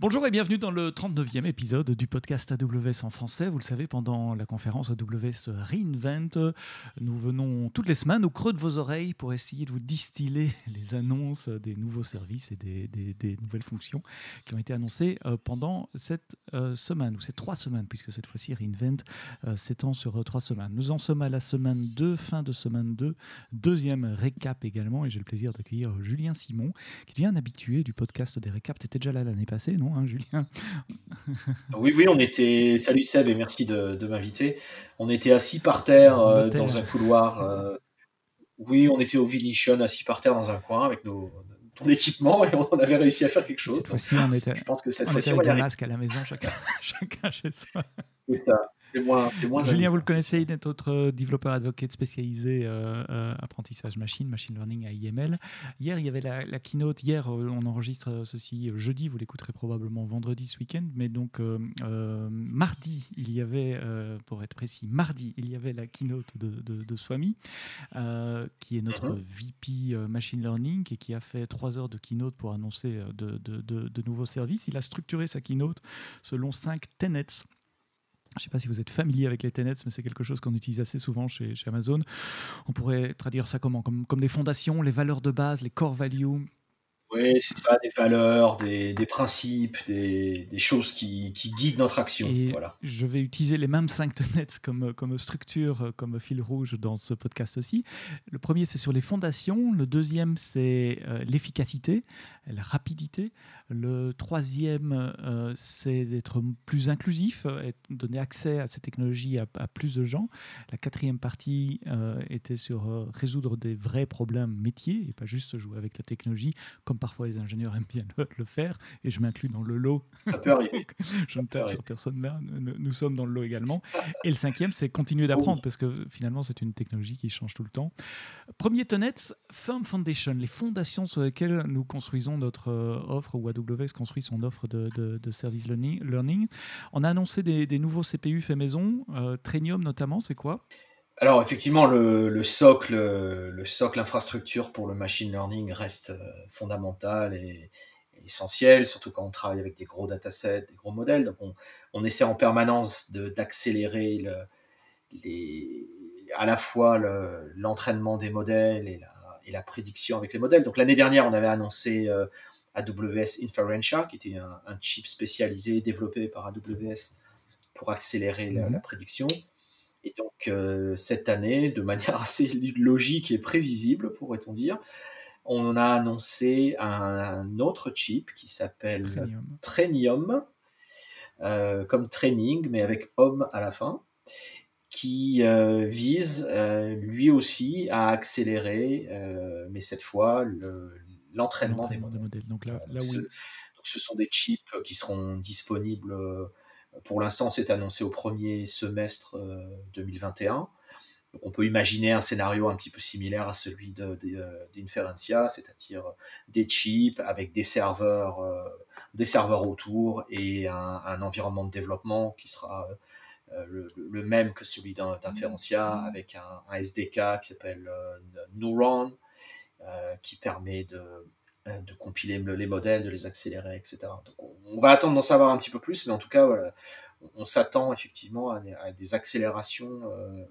Bonjour et bienvenue dans le 39e épisode du podcast AWS en français. Vous le savez, pendant la conférence AWS Reinvent, nous venons toutes les semaines au creux de vos oreilles pour essayer de vous distiller les annonces des nouveaux services et des nouvelles fonctions qui ont été annoncées pendant cette semaine, ou ces 3 semaines, puisque cette fois-ci Reinvent s'étend sur 3 semaines. Nous en sommes à la semaine 2, fin de semaine 2, deuxième récap également, et j'ai le plaisir d'accueillir Julien Simon, qui devient un habitué du podcast des récaps. Tu étais déjà là l'année passée, non, hein, Julien? Oui, on était. Salut Seb et merci de m'inviter. On était assis par terre Dans un dans hôtel. un couloir. Oui, on était au Villation, assis par terre dans un coin avec ton équipement et on avait réussi à faire quelque Et chose. cette Donc, fois-ci, je pense que cette on était fois-ci, on va avec y des arriver. masques à la maison, chacun, chacun chez soi. C'est ça. C'est moins Julien, vous le amusant, c'est connaissez, sûr. il est notre développeur advocate spécialisé apprentissage machine learning à IML. Hier, il y avait la keynote. Hier, on enregistre ceci jeudi, vous l'écouterez probablement vendredi ce week-end. Mais donc, mardi, il y avait, pour être précis, mardi, il y avait la keynote de Swami, qui est notre Mhm. VP Machine Learning et qui a fait 3 heures de keynote pour annoncer de nouveaux services. Il a structuré sa keynote selon 5 tenets. Je ne sais pas si vous êtes familier avec les tenets, mais c'est quelque chose qu'on utilise assez souvent chez Amazon. On pourrait traduire ça comment comme des fondations, les valeurs de base, les core values. Oui, c'est ça, des valeurs, des principes, des choses qui guident notre action. Et Voilà. je vais utiliser les mêmes 5 tenets comme structure, comme fil rouge dans ce podcast aussi. Le premier, c'est sur les fondations. Le deuxième, c'est l'efficacité, la rapidité. Le troisième, c'est d'être plus inclusif et donner accès à ces technologies à plus de gens. La quatrième partie était sur résoudre des vrais problèmes métiers et pas juste jouer avec la technologie, comme parfois les ingénieurs aiment bien le faire. Et je m'inclus dans le lot. Ça peut arriver. Donc, je Ça ne peut tape arriver. sur personne là, nous sommes dans le lot également. Et le cinquième, c'est continuer Oh d'apprendre, oui. parce que finalement, c'est une technologie qui change tout le temps. Premier tenet, Firm Foundation, les fondations sur lesquelles nous construisons notre offre, ou AWS construit son offre de service learning. On a annoncé des nouveaux CPU faits maison, Trainium notamment, c'est quoi? Alors effectivement, le socle infrastructure pour le machine learning reste fondamental et essentiel, surtout quand on travaille avec des gros datasets, des gros modèles. Donc on essaie en permanence d'accélérer les, à la fois l'entraînement des modèles et la prédiction avec les modèles. Donc l'année dernière, on avait annoncé AWS Inferentia, qui était un chip spécialisé développé par AWS pour accélérer la Mhm. prédiction. Et donc, cette année, de manière assez logique et prévisible, pourrait-on dire, on a annoncé un autre chip qui s'appelle Trainium. Trainium, comme training, mais avec homme à la fin, qui vise lui aussi à accélérer, mais cette fois, l'entraînement des L'entraînement des modèles. modèles. Donc là, Voilà, là oui. donc ce sont des chips qui seront disponibles. Pour l'instant, c'est annoncé au premier semestre 2021. Donc on peut imaginer un scénario un petit peu similaire à celui d'Inferentia, c'est-à-dire des chips avec des serveurs autour et un environnement de développement qui sera le même que celui d'Inferentia, avec un SDK qui s'appelle Neuron, qui permet de compiler les modèles, de les accélérer, etc. Donc on va attendre d'en savoir un petit peu plus, mais en tout cas, voilà, on s'attend effectivement à des accélérations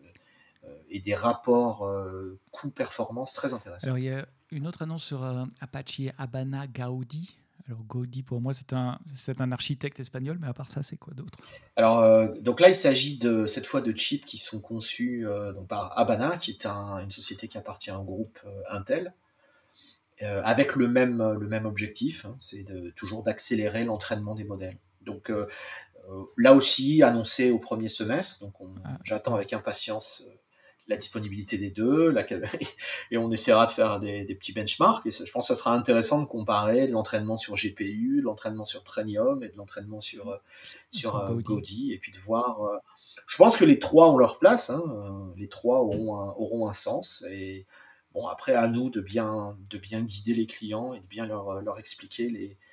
et des rapports coût-performance très intéressants. Alors, il y a une autre annonce sur Apache Habana Gaudi. Alors, Gaudi, pour moi, c'est un architecte espagnol, mais à part ça, c'est quoi d'autre? Alors, donc là, il s'agit cette fois de chips qui sont conçus donc par Habana, qui est une société qui appartient au groupe Intel, avec le même objectif, hein, c'est toujours d'accélérer l'entraînement des modèles. Donc là aussi, annoncé au premier semestre, donc Ah, j'attends ouais. avec impatience la disponibilité des deux, et on essaiera de faire des petits benchmarks. Et je pense que ça sera intéressant de comparer de l'entraînement sur GPU, de l'entraînement sur Trainium et de l'entraînement sur Sur Gaudi. Gaudi, et puis de voir. Je pense que les trois ont leur place, hein, les trois auront un sens. Et bon, après, à nous de bien guider les clients et de bien leur expliquer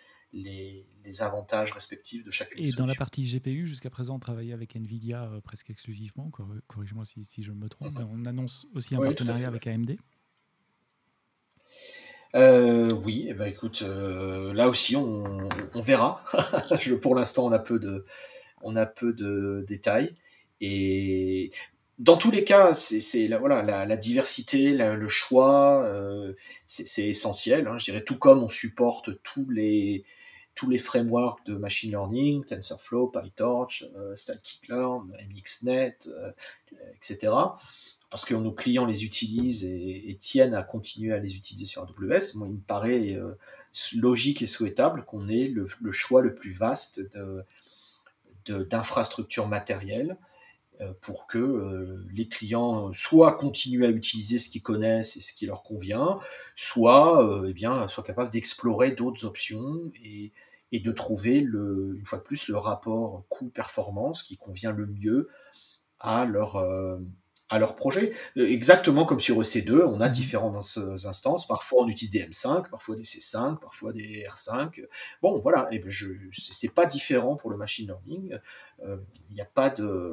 les avantages respectifs de chacune des Et dans la solutions. partie GPU, jusqu'à présent, on travaillait avec NVIDIA presque exclusivement. Corrige-moi si je me trompe. Mais Mhm. on annonce aussi un Oui, tout à partenariat fait. Ouais. avec AMD. Oui, eh ben, écoute, là aussi on verra. Pour l'instant, on a peu de détails. Et dans tous les cas, voilà, la diversité, le choix, c'est essentiel. Hein, je dirais, tout comme on supporte tous les frameworks de machine learning, TensorFlow, PyTorch, Scikit-learn, MXNet, etc. Parce que nos clients les utilisent et tiennent à continuer à les utiliser sur AWS. Moi, il me paraît logique et souhaitable qu'on ait le choix le plus vaste d'infrastructures matérielles pour que les clients soit continuent à utiliser ce qu'ils connaissent et ce qui leur convient, soit soient capables d'explorer d'autres options et de trouver une fois de plus le rapport coût-performance qui convient le mieux à leur projet. Exactement comme sur EC2, on a Mhm. différentes instances. Parfois, on utilise des M5, parfois des C5, parfois des R5. Bon, voilà, et ben c'est pas différent pour le machine learning. Il n'y a pas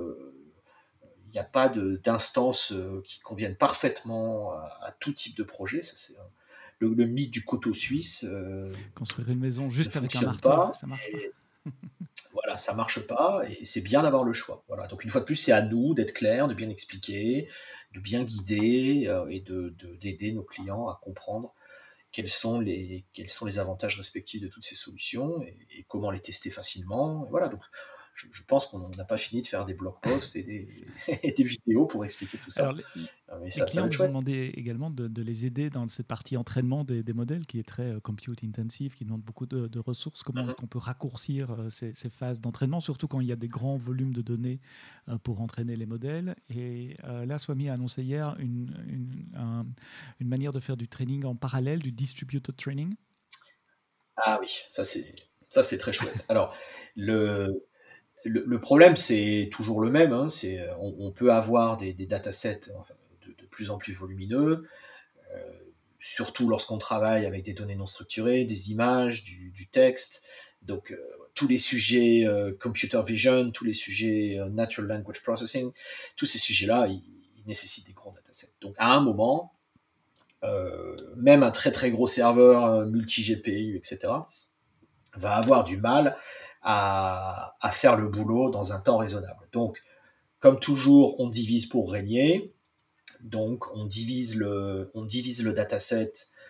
d'instances qui conviennent parfaitement à tout type de projet. Ça, c'est le mythe du couteau suisse Construire une maison ne juste avec un fonctionne marteau, pas. ça marche pas. Voilà, ça marche pas et c'est bien d'avoir le choix. Voilà, donc une fois de plus, c'est à nous d'être clairs, de bien expliquer, de bien guider et d'aider nos clients à comprendre quels sont les avantages respectifs de toutes ces solutions et comment les tester facilement. Et voilà, donc je pense qu'on n'a pas fini de faire des blog posts et des vidéos pour expliquer tout Alors, ça. Mais les ça va clients être vous ont chouette. demandé également de les aider dans cette partie entraînement des modèles qui est très compute intensive, qui demande beaucoup de ressources. Comment est-ce Mhm. qu'on peut raccourcir ces phases d'entraînement, surtout quand il y a des grands volumes de données pour entraîner les modèles. Et là, Swami a annoncé hier une manière de faire du training en parallèle, du distributed training. Ah oui, ça c'est très chouette. Alors, le, le problème, c'est toujours le même. Hein, on peut avoir des datasets enfin, de plus en plus volumineux, euh, surtout lorsqu'on travaille avec des données non structurées, des images, du texte. Donc, tous les sujets computer vision, tous les sujets natural language processing, tous ces sujets-là, ils nécessitent des grands datasets. Donc, à un moment, même un très très gros serveur multi-GPU, etc., va avoir du mal à faire le boulot dans un temps raisonnable. Donc, comme toujours, on divise pour régner. Donc, on divise le dataset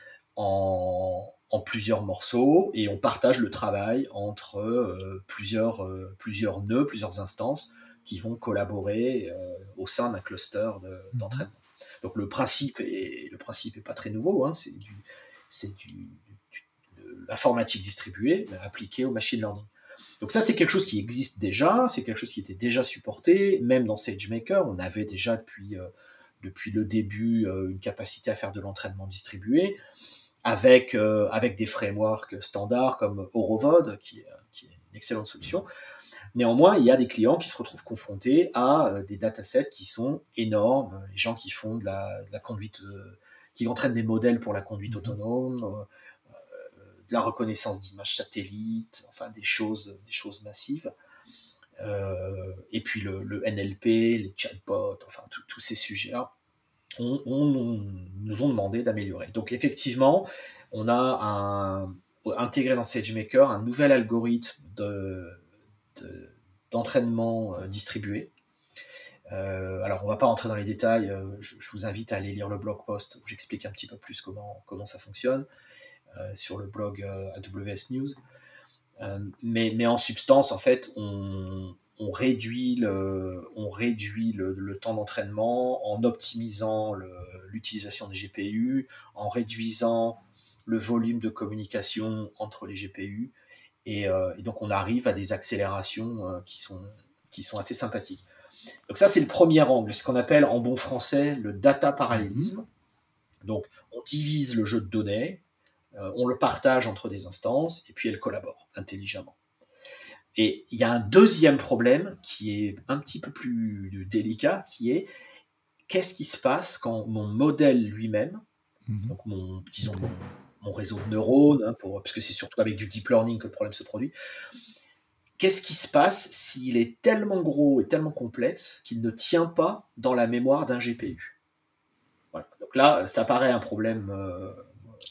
en plusieurs morceaux et on partage le travail entre plusieurs nœuds, plusieurs instances qui vont collaborer au sein d'un cluster Mhm. d'entraînement. Donc le principe est pas très nouveau, hein, c'est de l'informatique distribuée appliquée au machine learning. Donc ça, c'est quelque chose qui existe déjà, c'est quelque chose qui était déjà supporté, même dans SageMaker, on avait déjà depuis le début une capacité à faire de l'entraînement distribué, avec des frameworks standards comme Horovod, qui est une excellente solution. Néanmoins, il y a des clients qui se retrouvent confrontés à des datasets qui sont énormes, les gens qui font de la conduite, qui entraînent des modèles pour la conduite Mhm. autonome, de la reconnaissance d'images satellites, enfin des choses massives. Et puis le NLP, les chatbots, enfin tous ces sujets-là, nous ont demandé d'améliorer. Donc effectivement, on a intégré dans SageMaker un nouvel algorithme de- d'entraînement distribué. Alors on ne va pas rentrer dans les détails, je vous invite à aller lire le blog post où j'explique un petit peu plus comment ça fonctionne sur le blog AWS News. Mais en substance, en fait, on réduit le temps d'entraînement en optimisant l'utilisation des GPU, en réduisant le volume de communication entre les GPU, et donc on arrive à des accélérations qui sont assez sympathiques. Donc ça, c'est le premier angle, ce qu'on appelle en bon français le data Mhm. parallélisme. Donc on divise le jeu de données, on le partage entre des instances, et puis elles collaborent intelligemment. Et il y a un deuxième problème qui est un petit peu plus délicat, qui est qu'est-ce qui se passe quand mon modèle lui-même, Mhm. donc disons mon réseau de neurones, hein, parce que c'est surtout avec du deep learning que le problème se produit, qu'est-ce qui se passe s'il est tellement gros et tellement complexe qu'il ne tient pas dans la mémoire d'un GPU? Voilà. Donc là, ça paraît un problème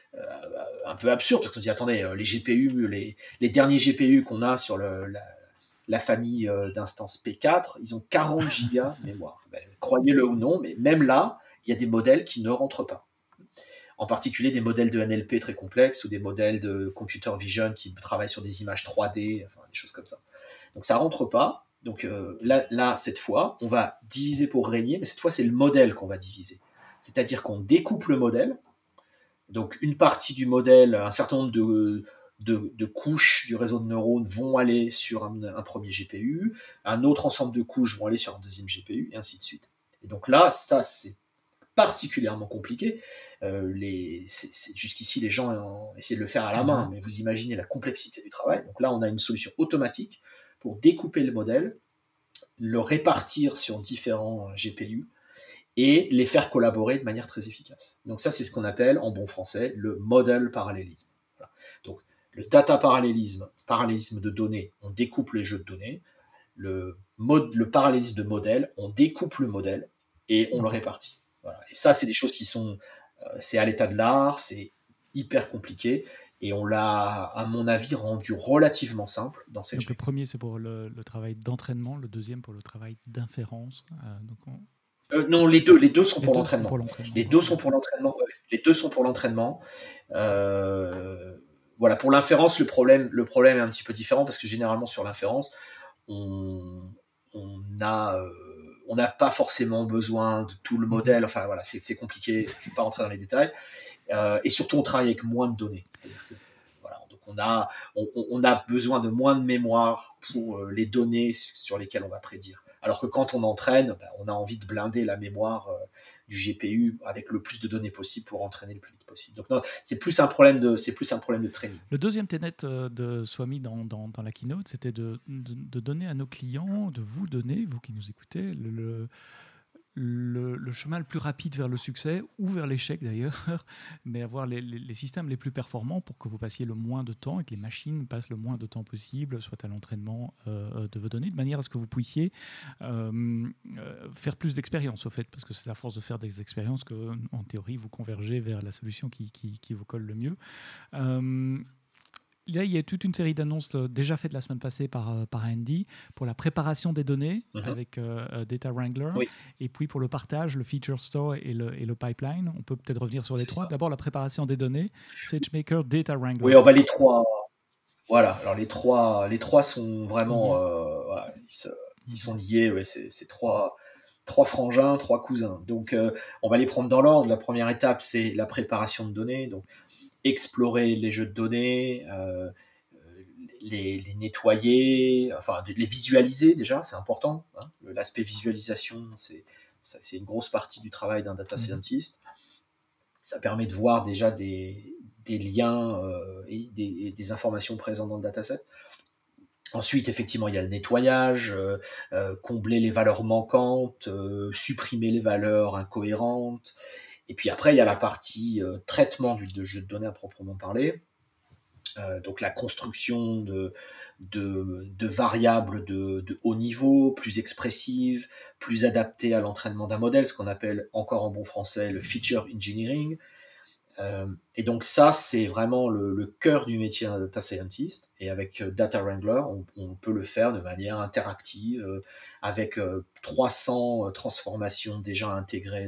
un peu absurde, parce qu'on se dit, attendez, les GPU, les derniers GPU qu'on a sur la famille d'instances P4, ils ont 40 gigas de mémoire. Ben, croyez-le ou non, mais même là, il y a des modèles qui ne rentrent pas. En particulier des modèles de NLP très complexes ou des modèles de computer vision qui travaillent sur des images 3D, enfin des choses comme ça. Donc ça rentre pas. Donc là, cette fois, on va diviser pour régner, mais cette fois, c'est le modèle qu'on va diviser. C'est-à-dire qu'on découpe le modèle. Donc une partie du modèle, un certain nombre de couches du réseau de neurones vont aller sur un premier GPU, un autre ensemble de couches vont aller sur un deuxième GPU, et ainsi de suite. Et donc là, ça, c'est particulièrement compliqué. Jusqu'ici, les gens ont essayé de le faire à la main, mais vous imaginez la complexité du travail. Donc là, on a une solution automatique pour découper le modèle, le répartir sur différents GPU et les faire collaborer de manière très efficace. Donc ça, c'est ce qu'on appelle, en bon français, le model parallélisme. Voilà. Donc le data parallélisme de données, on découpe les jeux de données. Le parallélisme de modèle, on découpe le modèle et on le répartit. Voilà. Et ça, c'est des choses qui sont, c'est à l'état de l'art, c'est hyper compliqué, et on l'a, à mon avis, rendu relativement simple dans cette. Donc le premier, c'est pour le travail d'entraînement, le deuxième pour le travail d'inférence. Non, les deux sont pour l'entraînement. Les deux sont pour l'entraînement. Les deux sont pour l'entraînement. Voilà, pour l'inférence, le problème est un petit peu différent, parce que généralement sur l'inférence, on n'a pas forcément besoin de tout le modèle. Enfin voilà, c'est compliqué. Je ne vais pas rentrer dans les détails. Et surtout, on travaille avec moins de données. C'est-à-dire que, voilà, donc on a besoin de moins de mémoire pour les données sur lesquelles on va prédire. Alors que quand on entraîne, on a envie de blinder la mémoire du GPU avec le plus de données possible pour entraîner le plus vite possible. Donc non, c'est plus un problème de training. Le deuxième tenet de Swami dans la keynote, c'était de donner à nos clients, de vous donner, vous qui nous écoutez, le chemin le plus rapide vers le succès ou vers l'échec d'ailleurs, mais avoir les systèmes les plus performants pour que vous passiez le moins de temps et que les machines passent le moins de temps possible, soit à l'entraînement de vos données, de manière à ce que vous puissiez faire plus d'expériences au fait, parce que c'est à force de faire des expériences que, en théorie, vous convergez vers la solution qui vous colle le mieux. Là, il y a toute une série d'annonces déjà faites la semaine passée par Andy pour la préparation des données avec Data Wrangler, oui. Et puis pour le partage, le Feature Store et le pipeline. On peut peut-être revenir sur les trois. D'abord, la préparation des données, SageMaker, Data Wrangler. Oui, on va les trois. Voilà, alors les trois sont vraiment, voilà, ils sont liés, ouais, c'est trois frangins, trois cousins. Donc on va les prendre dans l'ordre. La première étape, c'est la préparation de données, donc explorer les jeux de données, les nettoyer, enfin les visualiser déjà, c'est important. Hein. L'aspect visualisation, c'est une grosse partie du travail d'un data scientist. Ça permet de voir déjà des liens et des informations présentes dans le dataset. Ensuite, effectivement, il y a le nettoyage, combler les valeurs manquantes, supprimer les valeurs incohérentes. Et puis après, il y a la partie traitement de jeu de données à proprement parler. Donc la construction de variables de haut niveau, plus expressives, plus adaptées à l'entraînement d'un modèle, ce qu'on appelle encore en bon français le feature engineering. Et donc ça, c'est vraiment le cœur du métier d'un data scientist. Et avec Data Wrangler, on peut le faire de manière interactive, avec 300 transformations déjà intégrées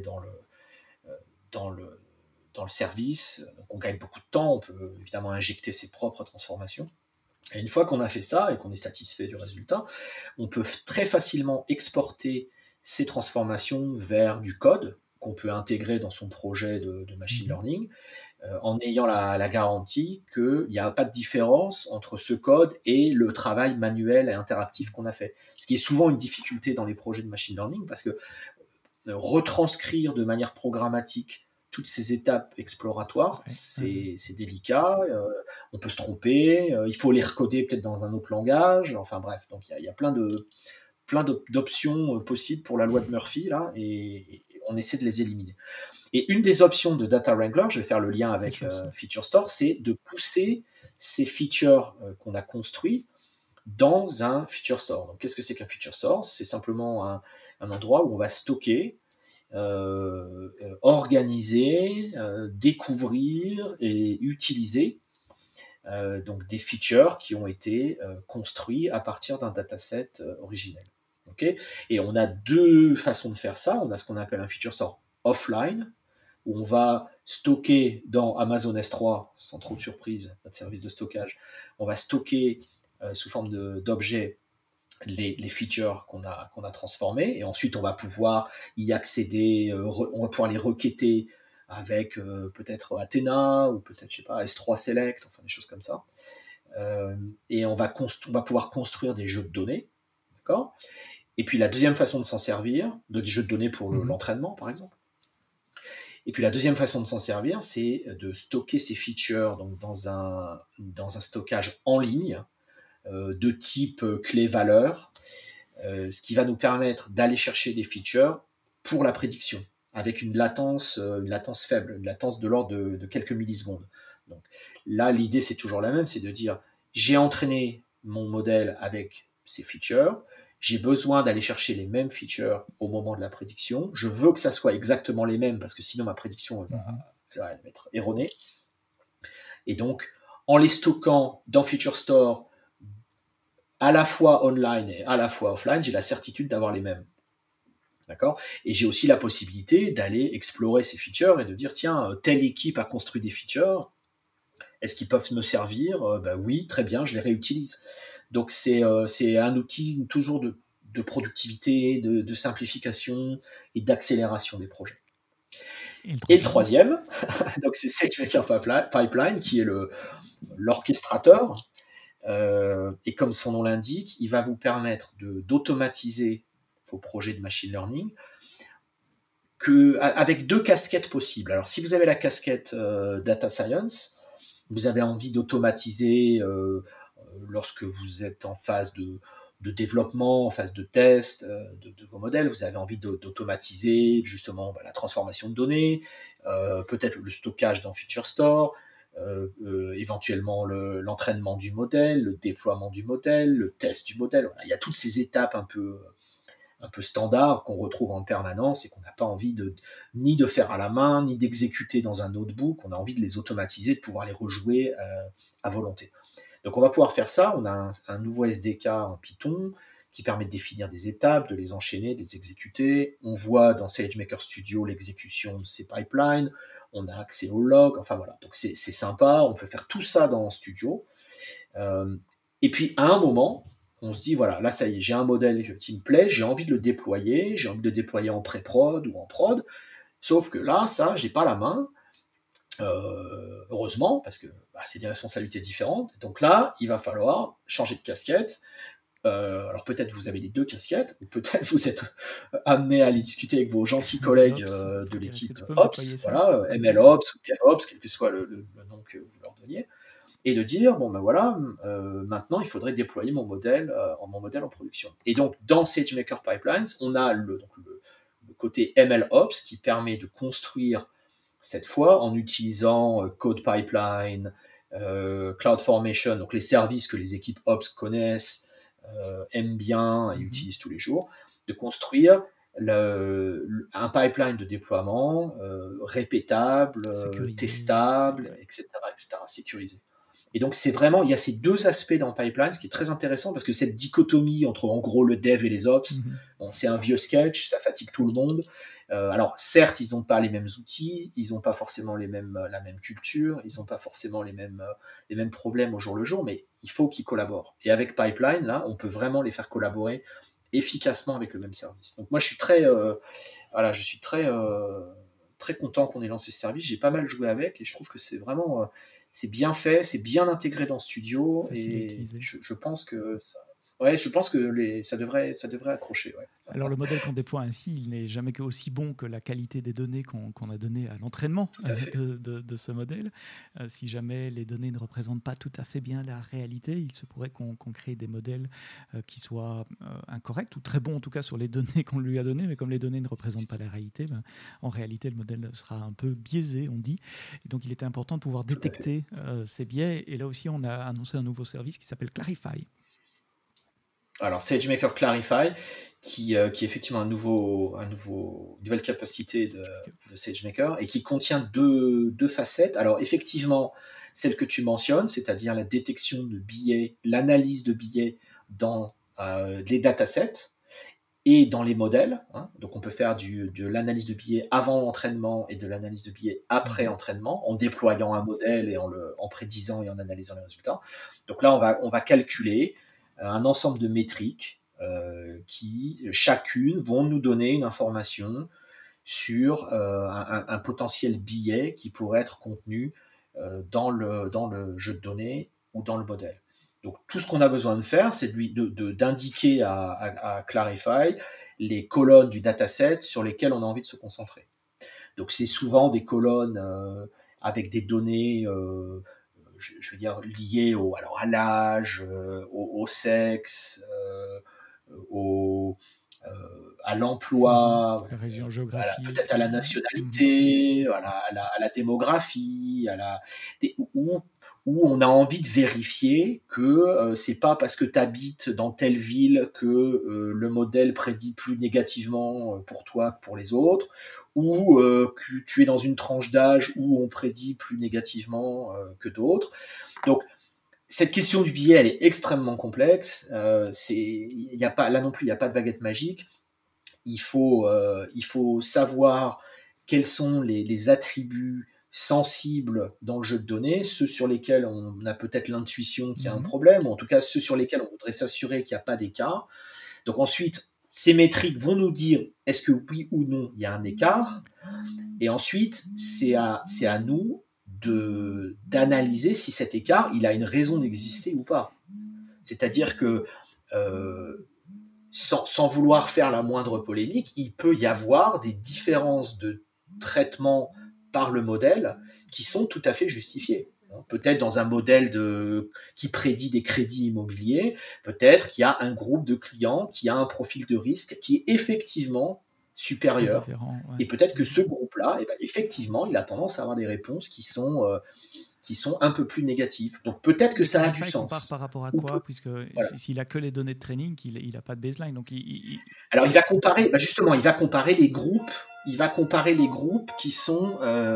dans le, dans le service. Donc on gagne beaucoup de temps, on peut évidemment injecter ses propres transformations. Et une fois qu'on a fait ça et qu'on est satisfait du résultat, on peut très facilement exporter ces transformations vers du code qu'on peut intégrer dans son projet de machine learning, en ayant la garantie qu'il n'y a pas de différence entre ce code et le travail manuel et interactif qu'on a fait. Ce qui est souvent une difficulté dans les projets de machine learning, parce que retranscrire de manière programmatique toutes ces étapes exploratoires, c'est délicat, on peut se tromper, il faut les recoder peut-être dans un autre langage, enfin bref, donc il y a plein d'options possibles pour la loi de Murphy, là, et on essaie de les éliminer. Et une des options de Data Wrangler, je vais faire le lien avec Feature Store, c'est de pousser ces features qu'on a construits dans un Feature Store. Donc qu'est-ce que c'est qu'un Feature Store ? C'est simplement un endroit où on va stocker organiser, découvrir et utiliser donc des features qui ont été construits à partir d'un dataset originel. Okay, et on a deux façons de faire ça. On a ce qu'on appelle un feature store offline, où on va stocker dans Amazon S3, sans trop de surprise, notre service de stockage, on va stocker sous forme d'objets les features qu'on a transformées, et ensuite on va pouvoir y accéder, on va pouvoir les requêter avec peut-être Athena, ou peut-être, je sais pas, S3 Select, enfin des choses comme ça. Et on va pouvoir construire des jeux de données, d'accord. Et puis la deuxième façon de s'en servir, des jeux de données pour l'entraînement par exemple. Et puis la deuxième façon de s'en servir, c'est de stocker ces features donc dans un stockage en ligne de type clé-valeur, ce qui va nous permettre d'aller chercher des features pour la prédiction, avec une latence faible, une latence de l'ordre de quelques millisecondes. Donc là, l'idée, c'est toujours la même, c'est de dire, j'ai entraîné mon modèle avec ces features, j'ai besoin d'aller chercher les mêmes features au moment de la prédiction, je veux que ça soit exactement les mêmes, parce que sinon ma prédiction elle va être erronée. Et donc, en les stockant dans Feature Store, à la fois online et à la fois offline, j'ai la certitude d'avoir les mêmes. D'accord. Et j'ai aussi la possibilité d'aller explorer ces features et de dire, tiens, telle équipe a construit des features, est-ce qu'ils peuvent me servir? Oui, très bien, je les réutilise. Donc c'est un outil toujours de productivité, de simplification et d'accélération des projets. Et le troisième, donc c'est SageMaker Pipeline, qui est l'orchestrateur. Et comme son nom l'indique, il va vous permettre d'automatiser vos projets de machine learning avec deux casquettes possibles. Alors, si vous avez la casquette Data Science, vous avez envie d'automatiser lorsque vous êtes en phase de développement, en phase de test de vos modèles, vous avez envie d'automatiser justement la transformation de données, peut-être le stockage dans Feature Store, éventuellement l'entraînement du modèle, le déploiement du modèle, le test du modèle. Voilà. Il y a toutes ces étapes un peu standard qu'on retrouve en permanence et qu'on n'a pas envie ni de faire à la main, ni d'exécuter dans un notebook. On a envie de les automatiser, de pouvoir les rejouer à volonté. Donc on va pouvoir faire ça. On a un nouveau SDK en Python qui permet de définir des étapes, de les enchaîner, de les exécuter. On voit dans SageMaker Studio l'exécution de ces pipelines. On a accès au log. Enfin voilà. Donc c'est sympa. On peut faire tout ça dans Studio. Et puis à un moment, on se dit, voilà, là ça y est, j'ai un modèle qui me plaît, j'ai envie de le déployer, j'ai envie de le déployer en pré-prod ou en prod, sauf que là, ça, j'ai pas la main, heureusement, parce que c'est des responsabilités différentes. Donc là, il va falloir changer de casquette. Alors peut-être vous avez les deux casquettes, ou peut-être vous êtes amené à aller discuter avec vos gentils collègues de l'équipe Ops, voilà, MLOps ou DevOps, quel que soit le nom que vous leur donniez, et de dire, bon ben voilà, maintenant il faudrait déployer mon modèle en production. Et donc dans SageMaker Pipelines, on a le côté MLOps qui permet de construire cette fois en utilisant Code Pipeline, CloudFormation, donc les services que les équipes Ops connaissent, aiment bien et utilisent tous les jours, de construire un pipeline de déploiement répétable, testable, etc., sécurisé. Et donc c'est vraiment, il y a ces deux aspects dans Pipeline, ce qui est très intéressant parce que cette dichotomie entre en gros le dev et les ops, bon, c'est un vieux sketch, ça fatigue tout le monde. Alors certes, ils n'ont pas les mêmes outils, ils n'ont pas forcément la même culture, ils n'ont pas forcément les mêmes problèmes au jour le jour, mais il faut qu'ils collaborent. Et avec Pipeline, là, on peut vraiment les faire collaborer efficacement avec le même service. Donc moi, je suis très très content qu'on ait lancé ce service. J'ai pas mal joué avec et je trouve que c'est vraiment c'est bien fait, c'est bien intégré dans Studio et je pense que ça devrait accrocher. Ouais. Alors le modèle qu'on déploie ainsi, il n'est jamais aussi bon que la qualité des données qu'on a données à l'entraînement de ce modèle. Si jamais les données ne représentent pas tout à fait bien la réalité, il se pourrait qu'on crée des modèles qui soient incorrects ou très bons en tout cas sur les données qu'on lui a données, mais comme les données ne représentent pas la réalité, en réalité le modèle sera un peu biaisé, on dit. Et donc il était important de pouvoir détecter ces biais. Et là aussi, on a annoncé un nouveau service qui s'appelle Clarify. Alors, SageMaker Clarify, qui est effectivement une nouvelle capacité de SageMaker et qui contient deux facettes. Alors, effectivement, celle que tu mentionnes, c'est-à-dire la détection de billets, l'analyse de billets dans les datasets et dans les modèles. Hein. Donc, on peut faire de l'analyse de billets avant l'entraînement et de l'analyse de billets après entraînement, en déployant un modèle et en prédisant et en analysant les résultats. Donc là, on va calculer un ensemble de métriques qui, chacune, vont nous donner une information sur un potentiel billet qui pourrait être contenu dans le jeu de données ou dans le modèle. Donc tout ce qu'on a besoin de faire, c'est d'indiquer à Clarify les colonnes du dataset sur lesquelles on a envie de se concentrer. Donc c'est souvent des colonnes avec des données, je veux dire, liées à l'âge, au sexe, au, à l'emploi, La région géographique. peut-être à la nationalité, à la démographie, où on a envie de vérifier que c'est pas parce que tu habites dans telle ville que le modèle prédit plus négativement pour toi que pour les autres, ou que tu es dans une tranche d'âge où on prédit plus négativement que d'autres. Donc, cette question du billet, elle est extrêmement complexe. Y a pas, là non plus, il n'y a pas de baguette magique. Il faut savoir quels sont les attributs sensibles dans le jeu de données, ceux sur lesquels on a peut-être l'intuition qu'il y a un problème, ou en tout cas ceux sur lesquels on voudrait s'assurer qu'il n'y a pas d'écart. Donc ensuite, ces métriques vont nous dire est-ce que oui ou non il y a un écart. Et ensuite, c'est à nous d'analyser si cet écart, il a une raison d'exister ou pas. C'est-à-dire que sans vouloir faire la moindre polémique, il peut y avoir des différences de traitement par le modèle qui sont tout à fait justifiées. Peut-être dans un modèle qui prédit des crédits immobiliers, peut-être qu'il y a un groupe de clients qui a un profil de risque qui est effectivement supérieur. Et peut-être que ce groupe-là, effectivement, il a tendance à avoir des réponses qui sont un peu plus négatives. Donc peut-être que ça a du sens. Compare par rapport à quoi, puisque s'il a que les données de training, il n'a pas de baseline. Donc alors il va comparer, justement, il va comparer les groupes. Il va comparer les groupes qui sont,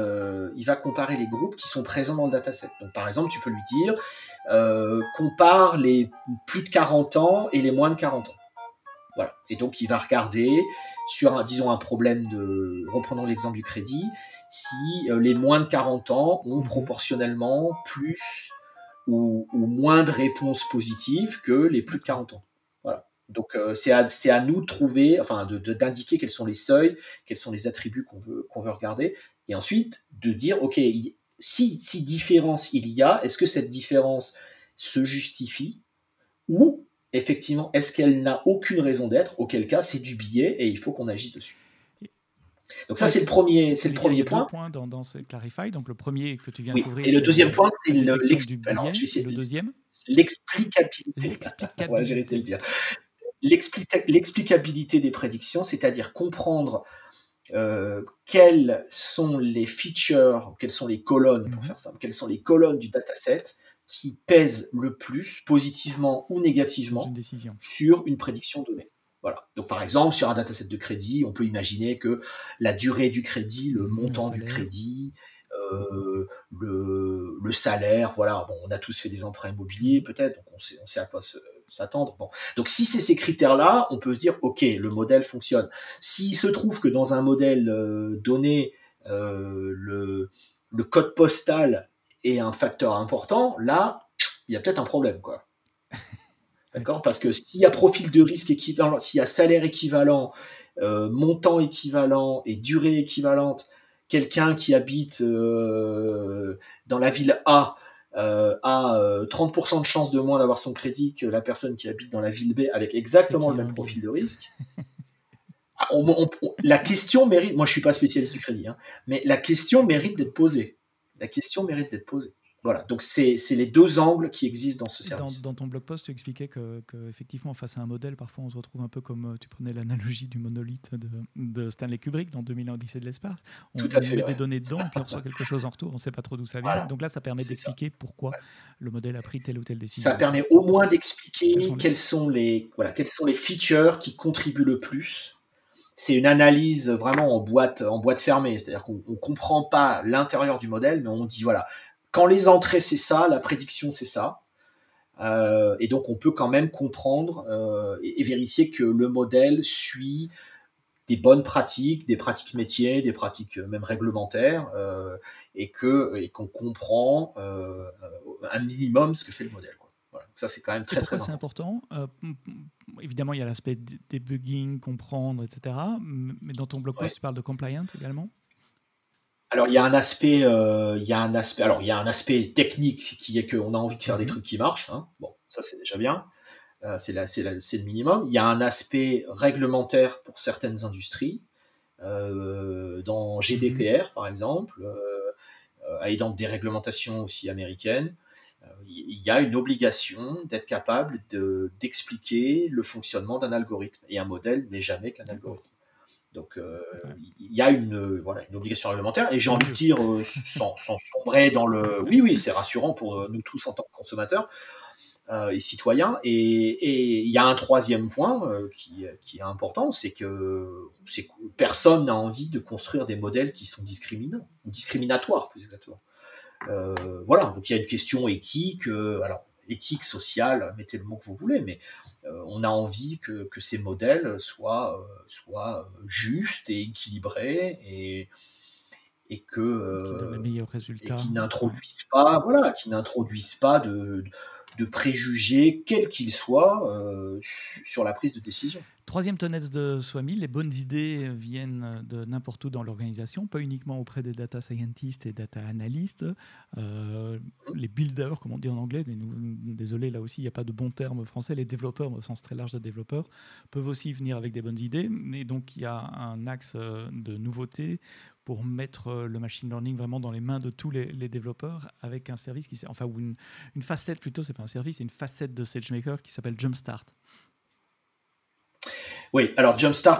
présents dans le dataset. Donc par exemple, tu peux lui dire, compare les plus de 40 ans et les moins de 40 ans. Voilà. Et donc il va regarder sur disons un problème reprenons l'exemple du crédit, si les moins de 40 ans ont proportionnellement plus ou moins de réponses positives que les plus de 40 ans. Voilà. Donc c'est à nous de trouver, d'indiquer quels sont les seuils, quels sont les attributs qu'on veut regarder, et ensuite de dire ok, si différence il y a, est-ce que cette différence se justifie, ou effectivement est-ce qu'elle n'a aucune raison d'être, auquel cas c'est du billet et il faut qu'on agisse dessus. Donc ça, c'est le premier point. Il y a deux points dans ce Clarify. Donc le premier que tu viens de couvrir, et le deuxième point, c'est du billet. Et le deuxième, l'explicabilité. Ouais, j'ai réussi à le dire. L'explicabilité des prédictions, c'est-à-dire comprendre quelles sont les features, quelles sont les colonnes, pour faire simple, quelles sont les colonnes du dataset qui pèsent le plus, positivement ou négativement, sur une prédiction donnée. Voilà. Donc, par exemple, sur un dataset de crédit, on peut imaginer que la durée du crédit, le montant du crédit, le salaire, voilà. Bon, on a tous fait des emprunts immobiliers, peut-être, donc on sait à quoi s'attendre. Bon. Donc, si c'est ces critères-là, on peut se dire, OK, le modèle fonctionne. S'il se trouve que dans un modèle donné, le code postal est un facteur important, là, il y a peut-être un problème, quoi. D'accord ? Parce que s'il y a profil de risque équivalent, s'il y a salaire équivalent, montant équivalent et durée équivalente, quelqu'un qui habite dans la ville A a 30% de chance de moins d'avoir son crédit que la personne qui habite dans la ville B avec exactement le même profil de risque. La question mérite, moi je suis pas spécialiste du crédit, hein, mais la question mérite d'être posée. Voilà, donc c'est les deux angles qui existent dans ce service. Dans ton blog post, tu expliquais que effectivement, face à un modèle, parfois on se retrouve un peu comme tu prenais l'analogie du monolithe de Stanley Kubrick dans 2001 Odyssée de l'espace. Tout On à y fait met des vrai. données dedans et puis on reçoit quelque chose en retour, on ne sait pas trop d'où ça vient. Voilà, Donc là, ça permet c'est ça. d'expliquer pourquoi Ouais. le modèle a pris telle ou telle Ça décision. permet au moins Quels sont d'expliquer les... quels sont les features qui contribuent le plus. C'est une analyse vraiment en boîte fermée, c'est-à-dire qu'on ne comprend pas l'intérieur du modèle, mais on dit voilà, quand les entrées c'est ça, la prédiction c'est ça. Et donc on peut quand même comprendre et vérifier que le modèle suit des bonnes pratiques, des pratiques métiers, des pratiques même réglementaires, et qu'on comprend un minimum ce que fait le modèle, quoi. Voilà. Ça, c'est quand même Et très pourquoi très c'est important. important Évidemment, il y a l'aspect debugging, comprendre, etc. Mais dans ton blog Ouais. post, tu parles de compliance également. Alors il y a un aspect, alors il y a un aspect technique qui est qu'on a envie de faire des trucs qui marchent, hein. Bon, ça c'est déjà bien. C'est le minimum. Il y a un aspect réglementaire pour certaines industries, dans GDPR par exemple, et dans des réglementations aussi américaines. Il y a une obligation d'être capable d'expliquer le fonctionnement d'un algorithme. Et un modèle n'est jamais qu'un D'accord. algorithme. Donc Ouais. il y a voilà, une obligation réglementaire. Et j'ai Tant envie de mieux. dire, sans sombrer dans le... Oui, oui, c'est rassurant pour nous tous en tant que consommateurs et citoyens. Et il y a un troisième point qui est important, c'est que personne n'a envie de construire des modèles qui sont discriminants, ou discriminatoires plus exactement. Voilà, donc il y a une question éthique, alors éthique, sociale, mettez le mot que vous voulez, mais on a envie que ces modèles soient justes et équilibrés Qui donne les meilleurs et résultats. qui Ouais. n'introduisent pas, voilà, qui n'introduisent pas de préjugés, quels qu'ils soient, sur la prise de décision. Troisième tonnette de Swami, les bonnes idées viennent de n'importe où dans l'organisation, pas uniquement auprès des data scientists et data analysts. Les builders, comme on dit en anglais, désolé, là aussi, il n'y a pas de bon terme français, les développeurs, au sens très large de développeurs, peuvent aussi venir avec des bonnes idées. Mais donc, il y a un axe de nouveauté pour mettre le machine learning vraiment dans les mains de tous les développeurs avec un service ou une facette plutôt, c'est pas un service, c'est une facette de SageMaker qui s'appelle Jumpstart. Oui, alors Jumpstart,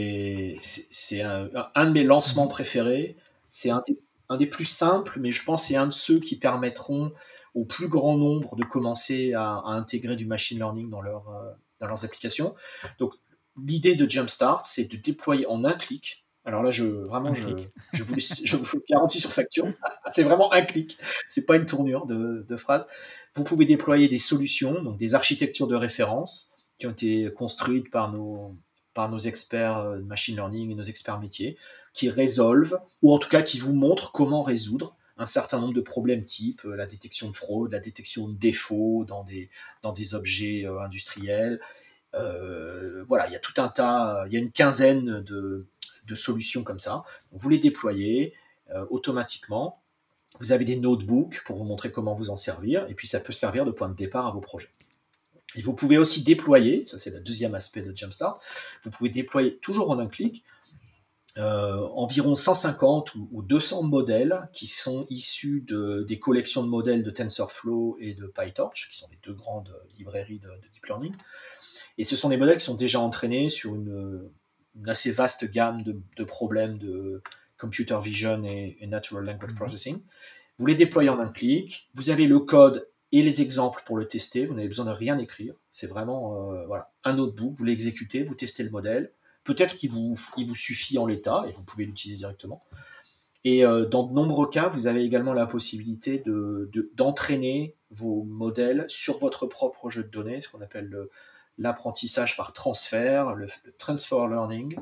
c'est un de mes lancements préférés. C'est un des plus simples, mais je pense que c'est un de ceux qui permettront au plus grand nombre de commencer à intégrer du machine learning dans leurs applications. Donc, l'idée de Jumpstart, c'est de déployer en un clic. Alors là, Un clic. je vous le garantis sur facture. C'est vraiment un clic. C'est pas une tournure de phrase. Vous pouvez déployer des solutions, donc des architectures de référence qui ont été construites par nos experts de machine learning et nos experts métiers, qui résolvent, ou en tout cas qui vous montrent comment résoudre un certain nombre de problèmes type la détection de fraude, la détection de défauts dans des objets industriels. Voilà, il y a tout un tas, il y a une quinzaine de solutions comme ça. Vous les déployez automatiquement. Vous avez des notebooks pour vous montrer comment vous en servir, et puis ça peut servir de point de départ à vos projets. Et vous pouvez aussi déployer, ça c'est le deuxième aspect de Jumpstart, vous pouvez déployer toujours en un clic environ 150 ou 200 modèles qui sont issus des collections de modèles de TensorFlow et de PyTorch, qui sont les deux grandes librairies de deep learning. Et ce sont des modèles qui sont déjà entraînés sur une assez vaste gamme de problèmes de computer vision et natural language processing. Vous les déployez en un clic, vous avez le code et les exemples pour le tester, vous n'avez besoin de rien écrire, c'est vraiment voilà, un notebook, vous l'exécutez, vous testez le modèle, peut-être il vous suffit en l'état et vous pouvez l'utiliser directement. Et dans de nombreux cas, vous avez également la possibilité d'entraîner vos modèles sur votre propre jeu de données, ce qu'on appelle l'apprentissage par transfert, le transfer learning.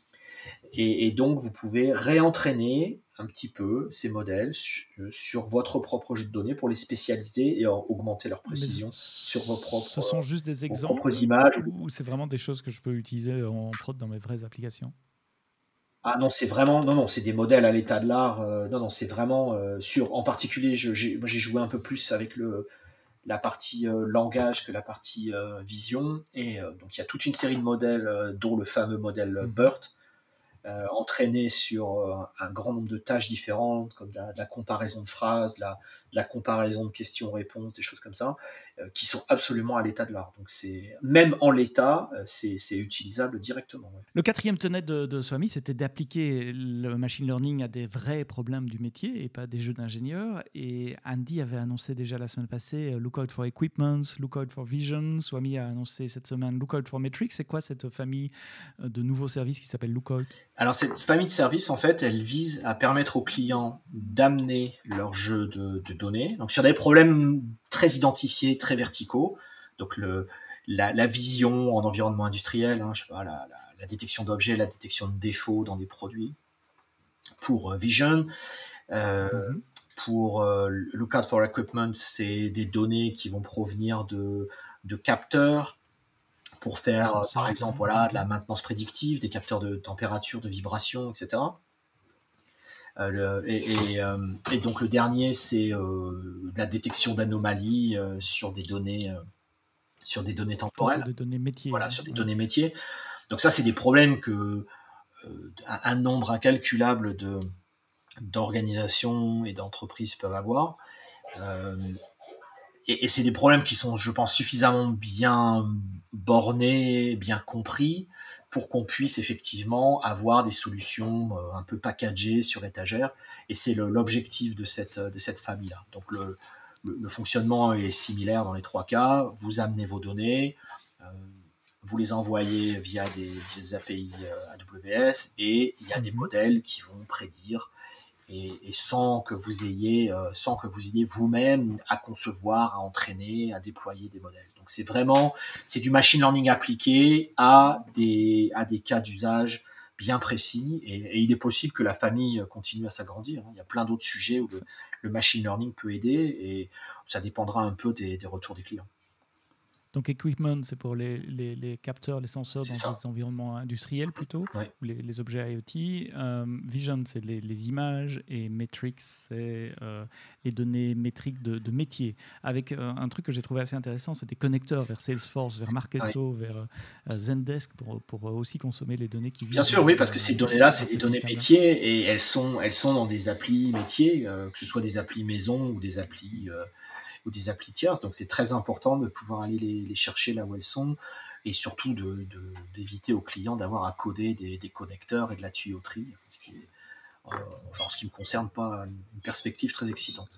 Et donc, vous pouvez réentraîner un petit peu ces modèles sur votre propre jeu de données pour les spécialiser et augmenter leur Mais précision sur ce sont juste des vos exemples propres images. ou c'est vraiment des choses que je peux utiliser en prod dans mes vraies applications? Ah non, c'est vraiment, non, non, c'est des modèles à l'état de l'art. Non, non, c'est vraiment en particulier, moi j'ai joué un peu plus avec la partie langage que la partie vision. Et donc il y a toute une série de modèles, dont le fameux modèle BERT, entraîné sur un grand nombre de tâches différentes, comme la comparaison de phrases, la comparaison de questions-réponses, des choses comme ça, qui sont absolument à l'état de l'art. Donc même en l'état, c'est utilisable directement. Ouais. Le quatrième tenet de Swami, c'était d'appliquer le machine learning à des vrais problèmes du métier et pas des jeux d'ingénieurs. Et Andy avait annoncé déjà la semaine passée Lookout for Equipment, Lookout for Vision. Swami a annoncé cette semaine Lookout for Metrics. C'est quoi cette famille de nouveaux services qui s'appelle Lookout? Alors cette famille de services, en fait, elle vise à permettre aux clients d'amener leur jeu de données. Donc sur des problèmes très identifiés, très verticaux. Donc la vision en environnement industriel, je sais pas, la détection d'objets, la détection de défauts dans des produits. Pour Vision, pour Lookout for Equipment, c'est des données qui vont provenir de capteurs pour faire, par exemple, de la maintenance prédictive, des capteurs de température, de vibration, etc. Et donc le dernier, c'est la détection d'anomalies sur des données temporelles. Sur des données métiers. Voilà, sur des données métiers. Donc ça, c'est des problèmes que un nombre incalculable d'organisations et d'entreprises peuvent avoir. Et c'est des problèmes qui sont, je pense, suffisamment bien bornés, bien compris, pour qu'on puisse effectivement avoir des solutions un peu packagées sur étagère. Et c'est l'objectif de cette famille-là. Donc le fonctionnement est similaire dans les trois cas. Vous amenez vos données, vous les envoyez via des API AWS, et il y a des modèles qui vont prédire, et sans que vous ayez vous-même à concevoir, à entraîner, à déployer des modèles. Donc c'est du machine learning appliqué à des cas d'usage bien précis, et il est possible que la famille continue à s'agrandir. Il y a plein d'autres sujets où le machine learning peut aider, et ça dépendra un peu des retours des clients. Donc equipment, c'est pour les capteurs, les senseurs dans des environnements industriels plutôt, ou les objets IoT. Vision, c'est les images, et Metrics, c'est les données métriques de métier. Avec un truc que j'ai trouvé assez intéressant, c'est des connecteurs vers Salesforce, vers Marketo, vers Zendesk, pour aussi consommer les données qui viennent. Bien sûr, oui, parce que ces données-là, c'est des données métiers, et elles sont dans des applis métiers, que ce soit des applis maison ou des applis tierces. Donc c'est très important de pouvoir aller les chercher là où elles sont, et surtout d'éviter aux clients d'avoir à coder des connecteurs et de la tuyauterie, ce qui est, en ce qui me concerne, pas une perspective très excitante.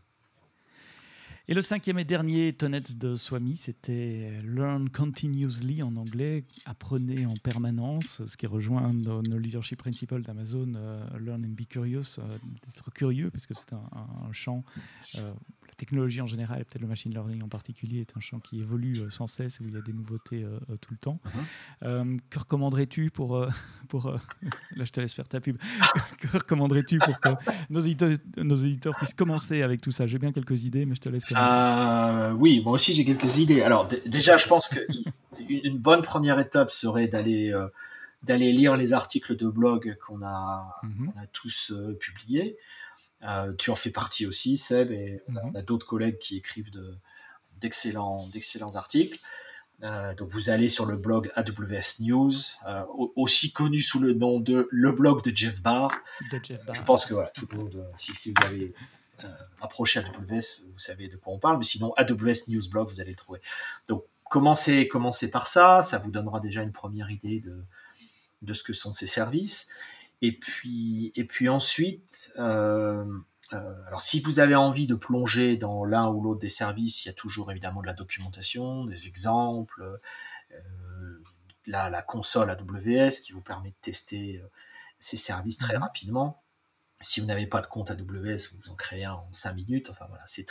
Et le cinquième et dernier tenet de Swami, c'était Learn Continuously en anglais, apprenez en permanence, ce qui rejoint nos leadership principles d'Amazon, Learn and be curious, d'être curieux, parce que c'est un champ, la technologie en général, et peut-être le machine learning en particulier, est un champ qui évolue sans cesse, où il y a des nouveautés tout le temps. Que recommanderais-tu pour là je te laisse faire ta pub, que recommanderais-tu pour que nos éditeurs puissent commencer avec tout ça? J'ai bien quelques idées, mais je te laisse commencer. Oui, moi aussi j'ai quelques idées. Alors déjà, je pense qu'une bonne première étape serait d'aller lire les articles de blog qu'on a tous publiés. Tu en fais partie aussi, Seb, et on a d'autres collègues qui écrivent d'excellents articles. Donc vous allez sur le blog AWS News, aussi connu sous le nom de le blog de Jeff Barr. Je pense que voilà, tout le monde, si vous avez approché AWS, vous savez de quoi on parle, mais sinon AWS News Blog, vous allez le trouver. Donc commencez par ça vous donnera déjà une première idée de ce que sont ces services. Et puis ensuite, alors si vous avez envie de plonger dans l'un ou l'autre des services, il y a toujours évidemment de la documentation, des exemples, la console AWS qui vous permet de tester ces services très rapidement. Si vous n'avez pas de compte AWS, vous en créez un en 5 minutes. Enfin voilà, c'est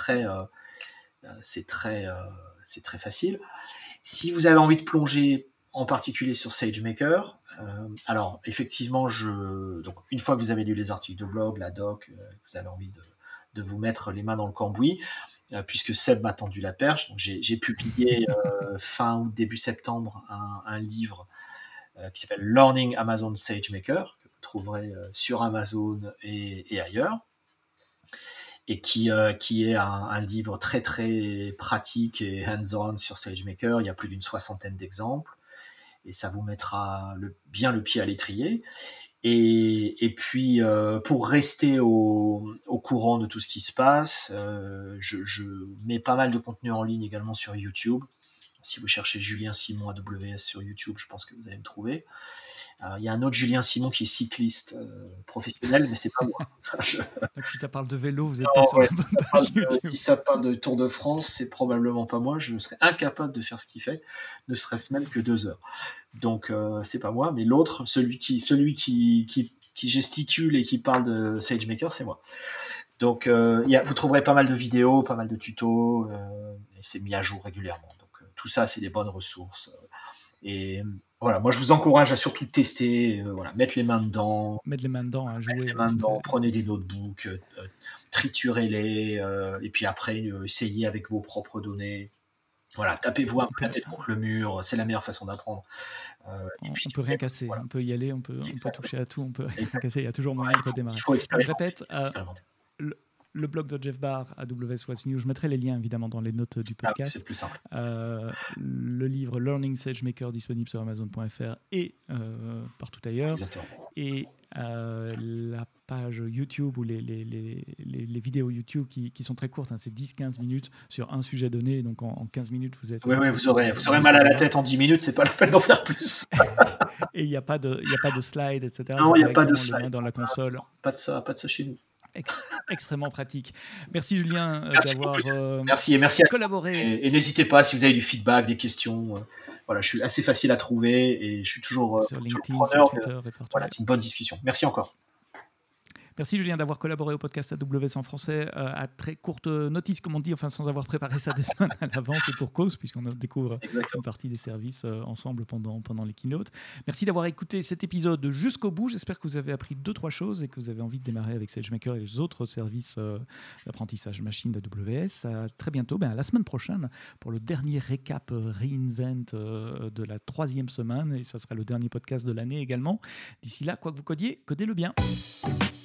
très facile. Si vous avez envie de plonger en particulier sur SageMaker, alors effectivement, donc une fois que vous avez lu les articles de blog, la doc, vous avez envie de vous mettre les mains dans le cambouis, puisque Seb m'a tendu la perche. Donc j'ai publié fin août, début septembre un livre qui s'appelle Learning Amazon SageMaker, que vous trouverez sur Amazon et ailleurs, et qui est un livre très très pratique et hands-on sur SageMaker. Il y a plus d'une 60aine d'exemples, et ça vous mettra bien le pied à l'étrier. Et puis, pour rester au courant de tout ce qui se passe, je mets pas mal de contenu en ligne également sur YouTube. Si vous cherchez Julien Simon AWS sur YouTube, je pense que vous allez me trouver. Il y a un autre Julien Simon qui est cycliste professionnel, mais c'est pas moi. Donc si ça parle de vélo, vous n'êtes pas sur la bonne page YouTube. Si ça parle de Tour de France, c'est probablement pas moi. Je serais incapable de faire ce qu'il fait, ne serait-ce même que 2 heures. Donc c'est pas moi, mais l'autre, celui qui gesticule et qui parle de SageMaker, c'est moi. Donc vous trouverez pas mal de vidéos, pas mal de tutos, et c'est mis à jour régulièrement. Donc tout ça, c'est des bonnes ressources. Et voilà, moi je vous encourage à surtout tester, voilà, mettre les mains dedans. Mettre les mains dedans, hein, jouer. Mettre les mains dedans, prenez des notebooks, triturez-les, et puis après, essayez avec vos propres données. Voilà, tapez-vous un peu la tête contre le mur, c'est la meilleure façon d'apprendre. On peut rien casser, voilà. On peut y aller, on peut toucher à tout, on peut rien casser, il y a toujours moyen de redémarrer. Il faut je répète, le blog de Jeff Barr, AWS What's New, je mettrai les liens évidemment dans les notes du podcast. C'est plus simple. Le livre Learning SageMaker disponible sur Amazon.fr et partout ailleurs. Exactement. Et la page YouTube ou les vidéos YouTube qui sont très courtes, hein, c'est 10-15 minutes sur un sujet donné, donc en 15 minutes vous êtes... Oui, vous aurez mal à la tête en 10 minutes, c'est pas la peine d'en faire plus. Et il n'y a pas de slide, etc. Non, il n'y a pas de slide. Dans la console. Pas de ça chez nous. Extrêmement pratique. Merci Julien d'avoir merci collaboré. Et n'hésitez pas si vous avez du feedback, des questions. Voilà, je suis assez facile à trouver et je suis toujours sur LinkedIn, preneur. Sur Twitter et partout. Voilà, c'est une bonne discussion. Merci encore. Merci Julien d'avoir collaboré au podcast AWS en français à très courte notice, comme on dit, enfin sans avoir préparé ça des semaines à l'avance et pour cause, puisqu'on découvre une partie des services ensemble pendant les keynotes. Merci d'avoir écouté cet épisode jusqu'au bout. J'espère que vous avez appris 2-3 choses et que vous avez envie de démarrer avec SageMaker et les autres services d'apprentissage machine d'AWS. À très bientôt, à la semaine prochaine pour le dernier récap Reinvent de la 3e semaine, et ça sera le dernier podcast de l'année également. D'ici là, quoi que vous codiez, codez-le bien.